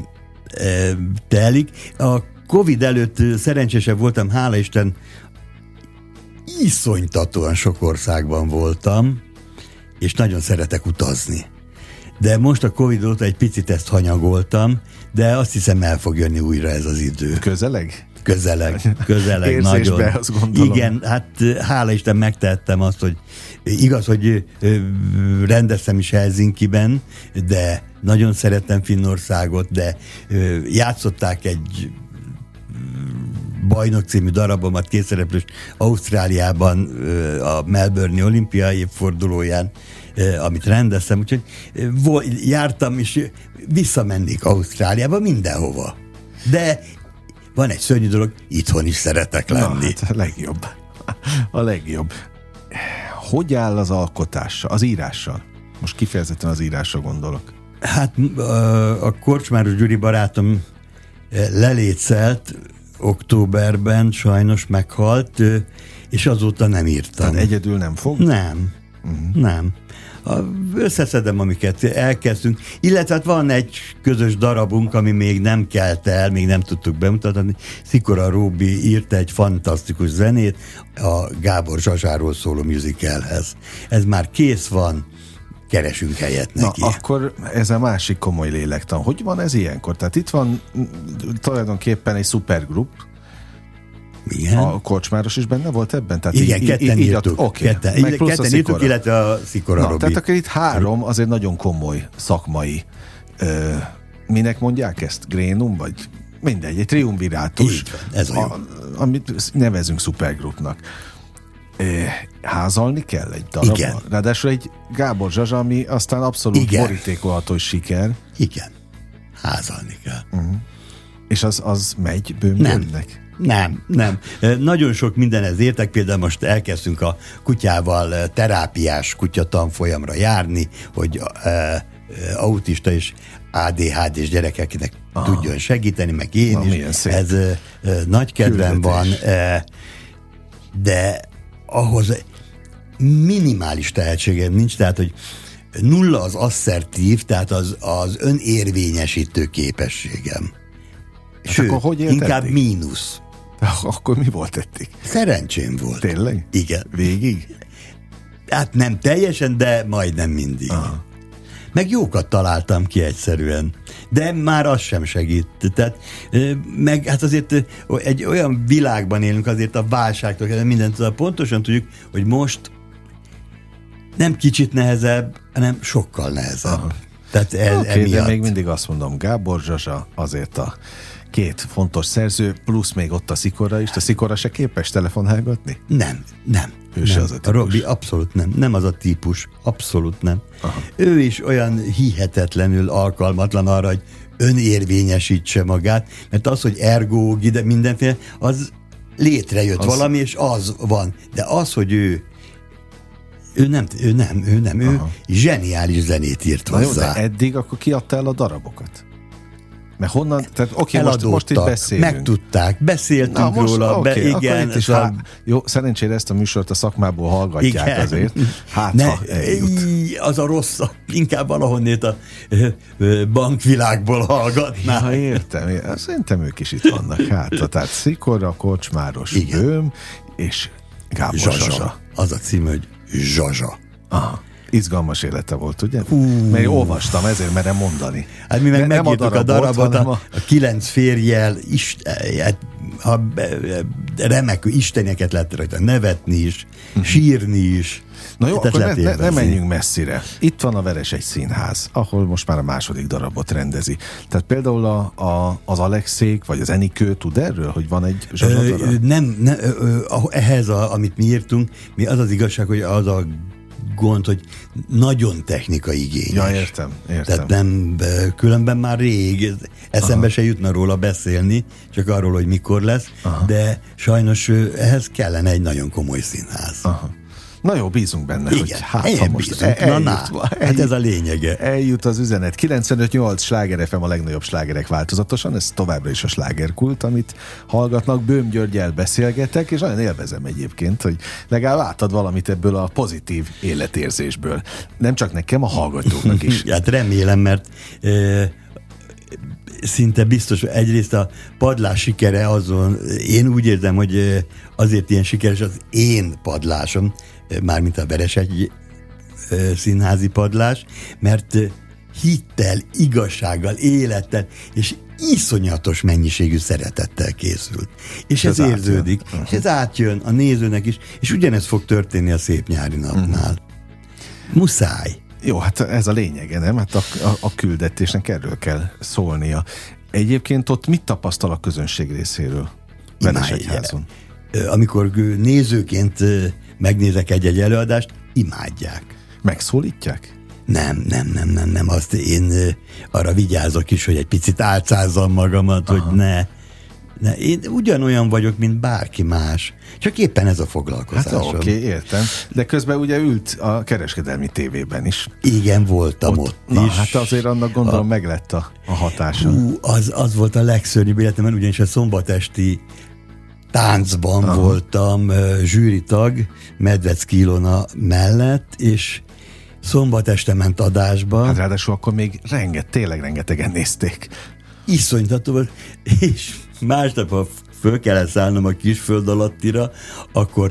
telik. A Covid előtt szerencsésebb voltam, hála Isten, iszonytatóan sok országban voltam, és nagyon szeretek utazni. De most a Covid óta egy picit ezt hanyagoltam, de azt hiszem, el fog jönni újra ez az idő. Közeleg, Érzésbe, nagyon. Azt gondolom. Igen, hát hála Isten megtehettem azt, hogy igaz, hogy rendeztem is Helsinkiben, de nagyon szerettem Finnországot, de játszották egy Bajnok című darabomat, kétszereplős Ausztráliában a Melbourne-i olimpia évfordulóján, amit rendeztem, úgyhogy jártam, és visszamennék Ausztráliába, mindenhova. De van egy szörnyű dolog, itthon is szeretek lenni. Hát a legjobb. Hogy áll az alkotással, az írással? Most kifejezetten az írásra gondolok. Hát a Korcsmáros Gyuri barátom lelétszelt októberben, sajnos meghalt, és azóta nem írtam. Tehát egyedül nem fog? Nem. Összeszedem, amiket elkezdtünk, illetve hát van egy közös darabunk, ami még nem kelt el, még nem tudtuk bemutatni. Szikora Róbi írt egy fantasztikus zenét a Gábor Zsazsáról szóló musicalhez. Ez már kész van, keresünk helyet neki. Na, akkor ez a másik komoly lélektan. Hogy van ez ilyenkor? Tehát itt van tulajdonképpen egy szupergrup. Igen. A Korcsmáros is benne volt ebben? Tehát igen, ketten írtuk. Ketten írtuk, illetve a Szikora Robi. Tehát akkor itt 3 azért nagyon komoly szakmai, minek mondják ezt? Grénum, vagy mindegy, egy triumvirátus. Ez a jó. Amit nevezünk szupergrupnak. Házalni kell egy darabban? Igen. Ráadásul egy Gábor Zsazsa, ami aztán abszolút borítékolható siker. Igen. Házalni kell. És az megy bőmülnek? Nem. Nagyon sok mindenhez értek, például most elkezdtünk a kutyával terápiás kutyatanfolyamra járni, hogy autista és ADHD-s gyerekeknek tudjon segíteni, meg én is. Ez nagy kedvem van, de ahhoz minimális tehetségem nincs, tehát, hogy nulla az asszertív, tehát az önérvényesítő képességem. Sőt, akkor hogy inkább eddig? Mínusz. Akkor mi volt eddig? Szerencsém volt. Tényleg? Igen. Végig? Hát nem teljesen, de majdnem mindig. Aha. Meg jókat találtam ki egyszerűen. De már az sem segít. Tehát, meg hát azért egy olyan világban élünk, azért a válságtól, mindent pontosan tudjuk, hogy most nem kicsit nehezebb, hanem sokkal nehezebb. Aha. Tehát emiatt. De még mindig azt mondom, Gábor Zsazsa azért a két fontos szerző, plusz még ott a Szikora is. A Szikora se képes telefonálgatni? Nem. Ő se az a típus. A Robi abszolút nem. Nem az a típus. Abszolút nem. Aha. Ő is olyan hihetetlenül alkalmatlan arra, hogy önérvényesítse magát, mert az, hogy ergo, de mindenféle, az létrejött valami, és az van. De az, hogy ő zseniális zenét írt hozzá. Jó, de eddig akkor kiadta el a darabokat? Mert honnan, tehát most itt beszélünk. Megtudták, beszéltünk róla. Igen. Jó, szerencsére ezt a műsort a szakmából hallgatják, igen. Azért. Hát, ha eljut. Az a rossz, inkább valahonnét a bankvilágból hallgatná. Ja, értem. Szerintem ők is itt vannak. Hát, tehát Szikora, Kocsmáros, Böhm és Gábor Zsazsa. Az a cím, hogy Zsazsa. Aha. Izgalmas élete volt, ugye? Mert olvastam, ezért merem mondani. Hát mi meg megírtuk a darabot, a 9 férjel, remekül isteneket lehet rajta nevetni is, sírni is. Na jó, akkor ne menjünk messzire. Itt van a Vereshegy Színház, ahol most már a második darabot rendezi. Tehát például az Alexék, vagy az Enikő tud erről, hogy van egy Zsazsa darab? Nem, ehhez, amit mi írtunk, mi az igazság, hogy az a gond, hogy nagyon technikai igényes. Ja, értem. Tehát nem, különben már rég eszembe se jutna róla beszélni, csak arról, hogy mikor lesz, de sajnos ehhez kellene egy nagyon komoly színház. Aha. Na jó, bízunk benne, igen, hogy ha most eljut, hát ez a lényege. Eljut az üzenet. 95.8 Sláger FM a legnagyobb slágerek változatosan, ez továbbra is a slágerkult, amit hallgatnak. Böhm Györggyel beszélgetek, és nagyon élvezem egyébként, hogy legalább átad valamit ebből a pozitív életérzésből. Nem csak nekem, a hallgatóknak is. Hát remélem, mert szinte biztos, egyrészt a padlás sikere azon, én úgy érzem, hogy azért ilyen sikeres az én padlásom, mármint a Vereshegy színházi padlás, mert hittel, igazsággal, élettel és iszonyatos mennyiségű szeretettel készült. És ez érződik, és ez átjön a nézőnek is, és ugyanez fog történni a Szép nyári napnál. Muszáj. Jó, hát ez a lényege, nem? Hát a küldetésnek erről kell szólnia. Egyébként ott mit tapasztal a közönség részéről? Vereshegyházon. Amikor nézőként megnézek egy előadást, imádják. Megszólítják? Nem. Azt én arra vigyázok is, hogy egy picit álcázzam magamat, hogy ne. Én ugyanolyan vagyok, mint bárki más. Csak éppen ez a foglalkozásom. Hát oké, értem. De közben ugye ült a kereskedelmi tévében is. Igen, voltam ott is. Na, hát azért annak gondolom meglett a hatása. Az volt a legszörnyűbb életemben, ugyanis a szombatesti táncban voltam zsűritag Medvecki Ilona mellett, és szombat este ment adásba. Hát ráadásul akkor még tényleg rengetegen nézték. Iszonytató volt, és másnap, ha föl kellett szállnom a Kisföld alattira, akkor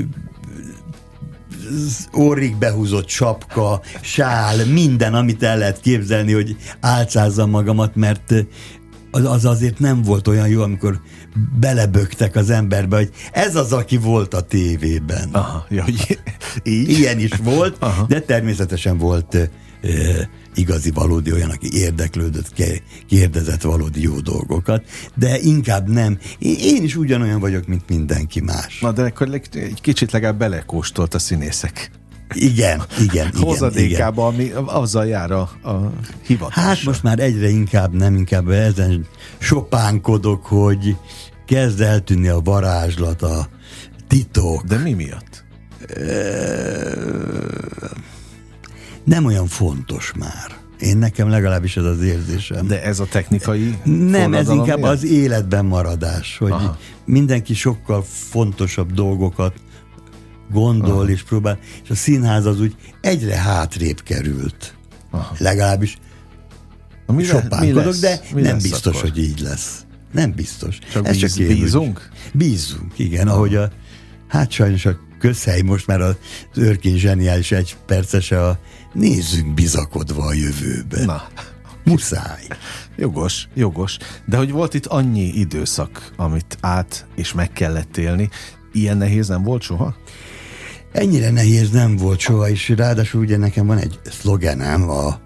orrig behúzott sapka, sál, minden, amit el lehet képzelni, hogy álcázzam magamat, mert az azért nem volt olyan jó, amikor beleböktek az emberbe, hogy ez az, aki volt a tévében. Aha, ja, így? Ilyen is volt, de természetesen volt igazi, valódi olyan, aki érdeklődött, kérdezett valódi jó dolgokat, de inkább nem. Én is ugyanolyan vagyok, mint mindenki más. Na, de akkor egy kicsit legalább belekóstolt a színészek. Igen. Hozadékába, ami azzal jár a hivatásra. Hát most már egyre inkább ezen sopánkodok, hogy kezd eltűnni a varázslat, a titok. De mi miatt? Nem olyan fontos már. Én nekem legalábbis ez az érzésem. De ez a technikai nem, ez inkább miatt? Az életben maradás, hogy mindenki sokkal fontosabb dolgokat gondol és próbál, és a színház az úgy egyre hátrébb került. Legalábbis sopánkodok, de nem biztos, akkor? Hogy így lesz. Nem biztos. Csak bízunk? Bízunk, igen. Ahogy sajnos a közhely most már az Őrkény zseniális egypercese nézzünk bizakodva a jövőbe. Na. Muszáj. Jogos. De hogy volt itt annyi időszak, amit át és meg kellett élni, ilyen nehéz nem volt soha? Ennyire nehéz nem volt soha, és ráadásul ugye nekem van egy szlogenem,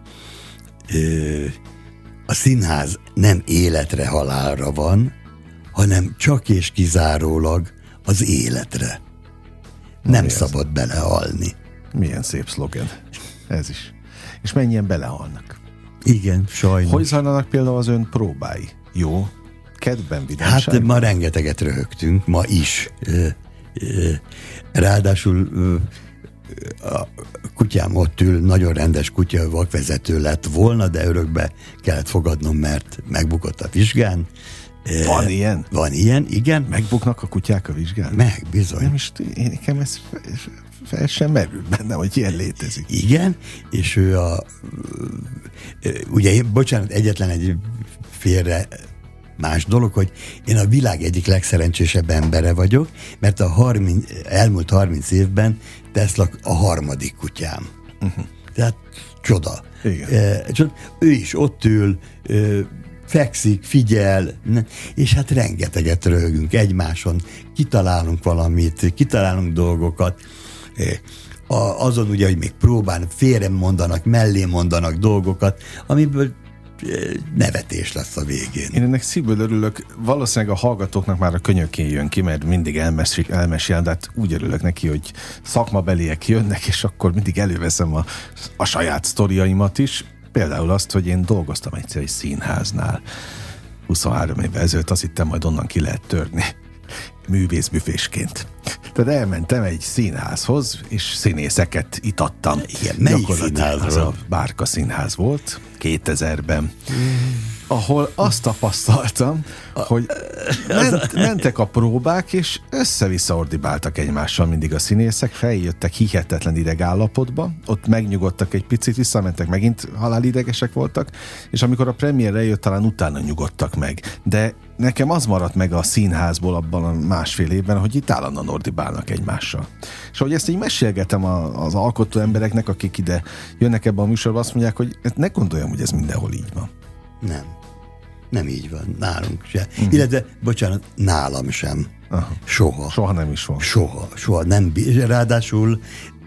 a színház nem életre, halálra van, hanem csak és kizárólag az életre. Nem szabad belehalni. Milyen szép szlogen. Ez is. És mennyien belehalnak? Igen, sajnos. Hogy zajlanak például az ön próbái? Jó? Kedben, vidámság? Hát ma rengeteget röhögtünk, ma is. Ráadásul a kutyám ott ül, nagyon rendes kutya, vakvezető lett volna, de örökbe kellett fogadnom, mert megbukott a vizsgán. Van ilyen? Van ilyen, igen. Megbuknak a kutyák a vizsgán? Meg, bizony. Nem is, nekem ez fel sem merült benne, hogy ilyen létezik. Igen, és ő ugye, bocsánat, egyetlen egy félre más dolog, hogy én a világ egyik legszerencsésebb embere vagyok, mert elmúlt 30 évben Tesla a harmadik kutyám. Tehát csoda. Igen. Ő is ott ül, fekszik, figyel, és hát rengeteget röhögünk egymáson, kitalálunk valamit, kitalálunk dolgokat, azon ugye, hogy még próbálnak, félre mondanak, mellé mondanak dolgokat, amiből nevetés lesz a végén. Én ennek szívből örülök, valószínűleg a hallgatóknak már a könyökén jön ki, mert mindig elmesélem, de hát úgy örülök neki, hogy szakmabeliek jönnek, és akkor mindig előveszem a saját sztoriaimat is. Például azt, hogy én dolgoztam egyszer egy színháznál 23 évvel ezelőtt, azt hittem, majd onnan ki lehet törni művészbüfésként. Tehát elmentem egy színházhoz, és színészeket itattam. Igen, melyik színházról? Az a Bárka Színház volt, 2000-ben. Ahol azt tapasztaltam, hogy mentek a próbák, és össze-vissza ordibáltak egymással mindig a színészek, feljöttek hihetetlen idegállapotba, ott megnyugodtak egy picit, visszamentek, megint halálidegesek voltak, és amikor a premierre jött, talán utána nyugodtak meg. De nekem az maradt meg a színházból abban a másfél évben, hogy itt állandóan ordibálnak egymással. És ahogy ezt így mesélgetem az alkotó embereknek, akik ide jönnek ebbe a műsorba, azt mondják, hogy ne gondoljam, hogy ez mindenhol így van. Nem így van, nálunk se. Illetve, bocsánat, nálam sem. Soha. Soha nem is van. Soha nem. Ráadásul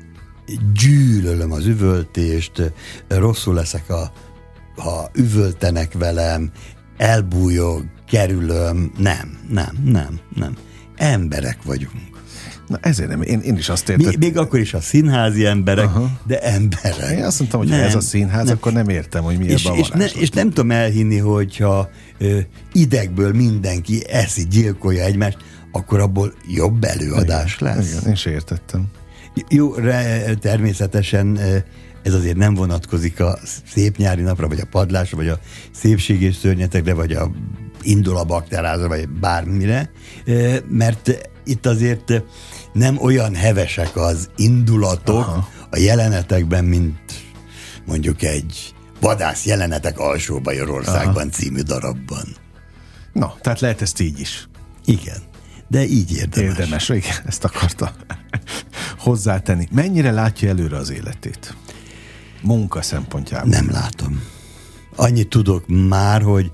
gyűlölöm az üvöltést, rosszul leszek, ha üvöltenek velem, elbújok, kerülöm. Nem. Emberek vagyunk. Na ezért nem, én is azt értettem. Még akkor is a színházi emberek, de emberek. Én azt mondtam, hogy nem, ha ez a színház, akkor nem értem, hogy mi ebben a varázslat. És nem tudom elhinni, hogyha idegből mindenki eszi, gyilkolja egymást, akkor abból jobb előadás lesz. Igen, én se értettem. Jó, természetesen ez azért nem vonatkozik a szép nyári napra, vagy a padlásra, vagy a szépség és szörnyetekre, vagy indul a bakterázra, vagy bármire, mert itt azért nem olyan hevesek az indulatok a jelenetekben, mint mondjuk egy Vadász jelenetek Alsó-Bajorországban című darabban. Na, tehát lehet ezt így is. Igen, de így érdemes. Érdemes, igen, ezt akarta hozzátenni. Mennyire látja előre az életét? Munka szempontjából. Nem látom. Annyit tudok már, hogy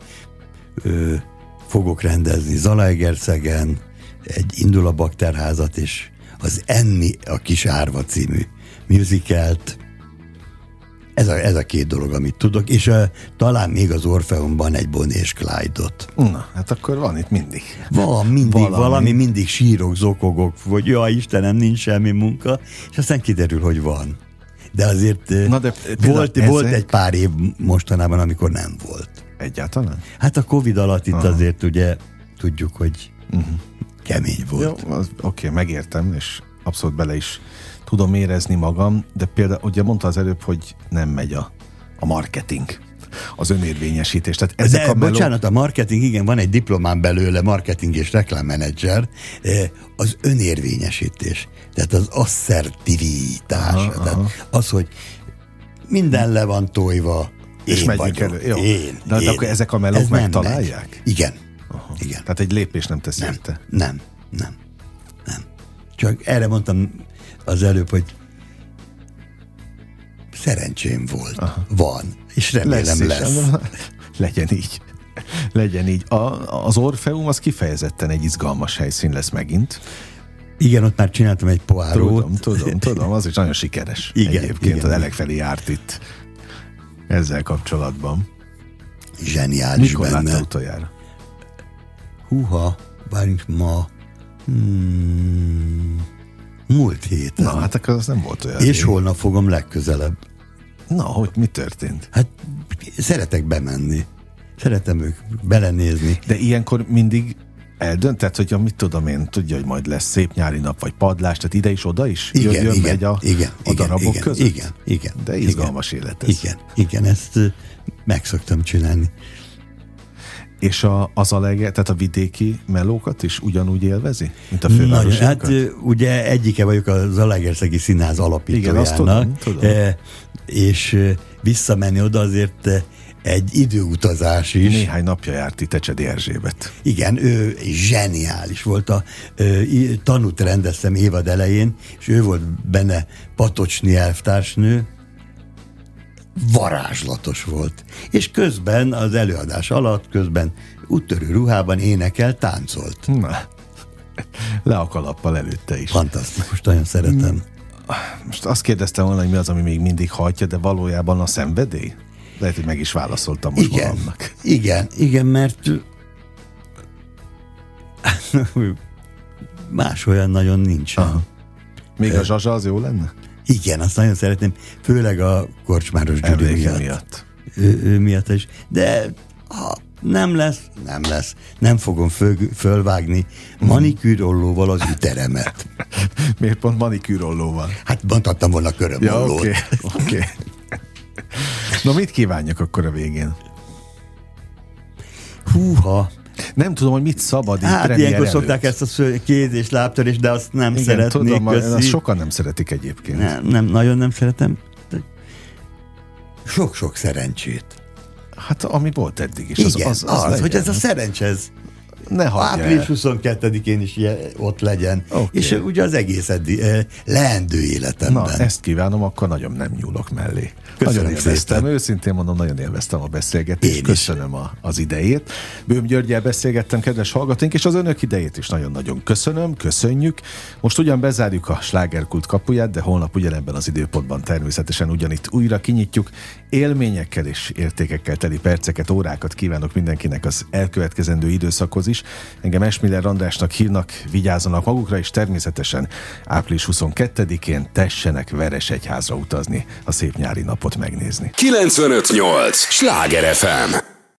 fogok rendezni Zalaegerszegen egy Indul a bakterházat, és az Enni a kis árva című musicalt. Ez a két dolog, amit tudok, és talán még az Orfeumban egy Bonnie és Clyde-ot. Na, hát akkor van itt mindig. Van mindig valami, mindig sírok, zokogok, hogy jaj, Istenem, nincs semmi munka, és aztán kiderül, hogy van. De azért volt egy pár év mostanában, amikor nem volt. Egyáltalán? Hát a Covid alatt itt azért ugye tudjuk, hogy kemény volt. Jó, oké, megértem, és abszolút bele is tudom érezni magam, de például ugye mondta az előbb, hogy nem megy a a marketing, az önérvényesítés. Tehát ezek a bocsánat, a marketing, igen, van egy diplomám belőle, marketing és reklámmenedzser, az önérvényesítés, tehát az asszertivitás, tehát az, hogy minden le van tojva, és megyünk elő. Jó. De akkor ezek a melók megtalálják? Igen. Igen. Tehát egy lépés nem tesz érte? Nem. Csak erre mondtam az előbb, hogy szerencsém volt. Van. És remélem lesz. Legyen így. Az Orfeum az kifejezetten egy izgalmas helyszín lesz megint. Igen, ott már csináltam egy poárót. Tudom, az is nagyon sikeres. Igen, egyébként igen. Az Elek felé járt itt ezzel kapcsolatban. Zseniális mikor benne. Mikor látta utoljára? Húha, várjunk ma. Múlt héten. Na, hát akkor az nem volt olyan. És holnap fogom legközelebb. Na, hogy mi történt? Hát szeretek bemenni. Szeretem ők belenézni. De ilyenkor mindig eldöntett, hogy mit tudom én, tudja, hogy majd lesz szép nyári nap, vagy padlás, tehát ide is, oda is? Igen, megy a darabok között? Igen. De izgalmas élet ez. Igen, ezt meg szoktam csinálni. És az Alege, tehát a vidéki melókat is ugyanúgy élvezi, mint a fővárosokat? Hát ugye egyike vagyok az Zalaegerszegi Színház alapítójának. Igen, azt tudom. És visszamenni oda azért egy időutazás is. Néhány napja járt itt Ecsedi Erzsébet. Igen, ő zseniális volt. Tanút rendeztem évad elején, és ő volt benne Patocsni elvtársnő. Varázslatos volt. És közben az előadás alatt, közben úttörő ruhában énekel, táncolt. Na, le a kalappal előtte is. Fantasztikus, nagyon szeretem. Most azt kérdeztem volna, hogy mi az, ami még mindig hajtja, de valójában a szenvedély? Lehet, hogy meg is válaszoltam most magamnak. Igen, mert más olyan nagyon nincsen. Aha. Még a Zsazsa az jó lenne? Igen, azt nagyon szeretném, főleg a Korcsmáros Gyuri miatt. Ő miatt is. De ha nem lesz. Nem fogom fölvágni manikűrollóval az üteremet. Miért pont manikűrollóval? Hát mondhattam volna körömollót. Ja, oké. Na, mit kívánjak akkor a végén? Húha! Nem tudom, hogy mit szabad így hát premier ilyenkor előtt. Szokták ezt a kéz- és lábtörést, de azt nem szeretnék. Tudom, azt sokan nem szeretik egyébként. Nem, nagyon nem szeretem. Sok-sok szerencsét. Hát ami volt eddig is. Igen, az hogy ez a szerencse, ez április 22-én is ott legyen. Okay. És ugye az egész leendő életemben. Na, ezt kívánom, akkor nagyon nem nyúlok mellé. Köszönöm nagyon élveztem, szépen. Őszintén mondom, nagyon élveztem a beszélgetést. Köszönöm az idejét. Böhm Györggyel beszélgettem, kedves hallgatóink, és az önök idejét is nagyon-nagyon köszönjük. Most ugyan bezárjuk a Slágerkult kapuját, de holnap ugyanebben az időpontban természetesen ugyanitt újra kinyitjuk. Élményekkel és értékekkel teli perceket, órákat kívánok mindenkinek az elkövetkezendő időszakhoz is. Engem Esmiller Andrásnak hívnak, vigyázzanak magukra, és természetesen április 22-én tessenek Veresegyházra utazni, a szép nyári napot megnézni. 95.8 Sláger FM.